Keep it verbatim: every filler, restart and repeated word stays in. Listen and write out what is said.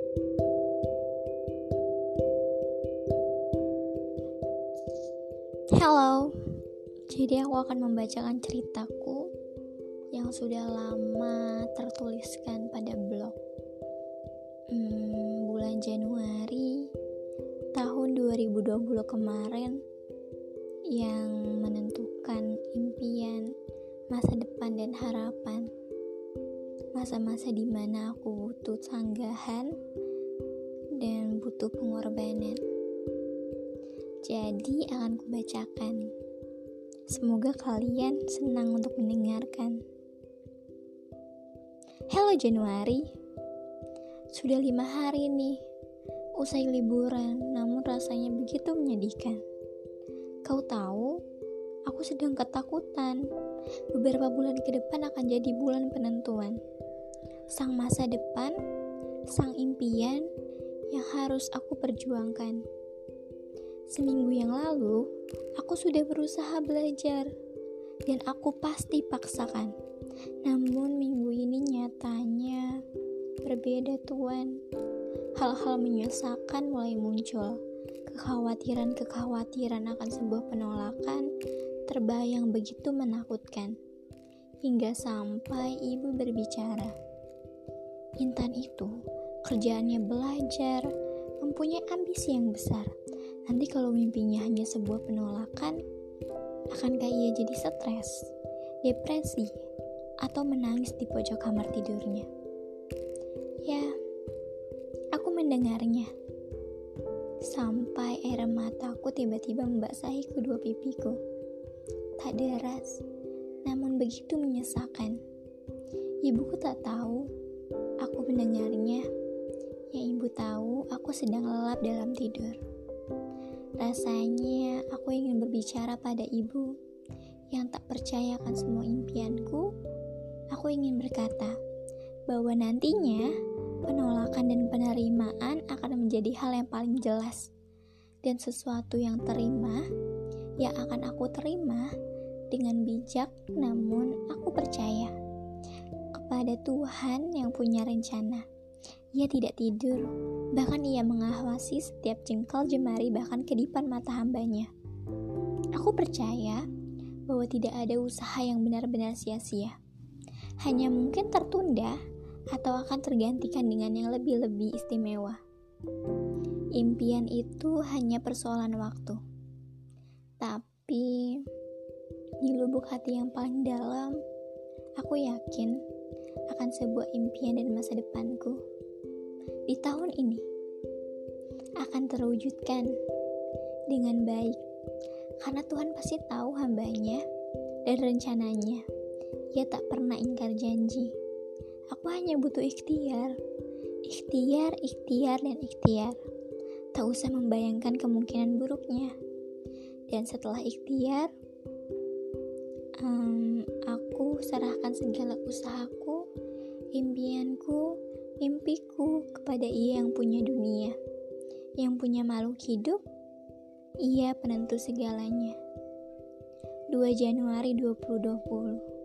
Halo, jadi aku akan membacakan ceritaku yang sudah lama tertuliskan pada blog. Hmm, bulan Januari tahun dua ribu dua puluh kemarin yang menentukan impian, masa depan dan harapan. Masa-masa di mana aku butuh sanggahan dan butuh pengorbanan. Jadi akan kubacakan. Semoga kalian senang untuk mendengarkan. Halo Januari, sudah lima hari nih usai liburan, namun rasanya begitu menyedihkan. Kau tahu, aku sedang ketakutan. Beberapa bulan ke depan akan jadi bulan penentuan. Sang masa depan, sang impian yang harus aku perjuangkan. Seminggu yang lalu, aku sudah berusaha belajar, dan aku pasti paksakan. Namun minggu ini nyatanya berbeda Tuan. Hal-hal menyesakan mulai muncul. Kekhawatiran-kekhawatiran akan sebuah penolakan terbayang begitu menakutkan. Hingga sampai ibu berbicara. Intan itu kerjaannya belajar, mempunyai ambisi yang besar. Nanti kalau mimpinya hanya sebuah penolakan, akankah ia jadi stres, depresi, atau menangis di pojok kamar tidurnya? Ya, aku mendengarnya. Sampai air mataku tiba-tiba membasahi kedua pipiku. Tak deras, namun begitu menyesakan. Ibuku tak tahu, aku mendengarnya. Yang ibu tahu, aku sedang lelap dalam tidur. Rasanya aku ingin berbicara pada ibu yang tak percaya akan semua impianku. Aku ingin berkata bahwa nantinya penolakan dan penerimaan akan menjadi hal yang paling jelas, dan sesuatu yang terima yang akan aku terima dengan bijak. Namun aku percaya kepada Tuhan yang punya rencana. Ia tidak tidur, bahkan ia mengawasi setiap jengkal jemari bahkan kedipan mata hambanya. Aku percaya bahwa tidak ada usaha yang benar-benar sia-sia. Hanya mungkin tertunda atau akan tergantikan dengan yang lebih-lebih istimewa. Impian itu hanya persoalan waktu. Tapi di lubuk hati yang paling dalam, aku yakin akan sebuah impian dan masa depanku di tahun ini akan terwujudkan dengan baik, karena Tuhan pasti tahu hambanya dan rencananya. Ia tak pernah ingkar janji. Aku hanya butuh ikhtiar, ikhtiar, ikhtiar, dan ikhtiar. Tak usah membayangkan kemungkinan buruknya. Dan setelah ikhtiar, um, aku serahkan segala usahaku, impianku, mimpiku kepada Ia yang punya dunia, yang punya makhluk hidup. Ia penentu segalanya. dua Januari dua ribu dua puluh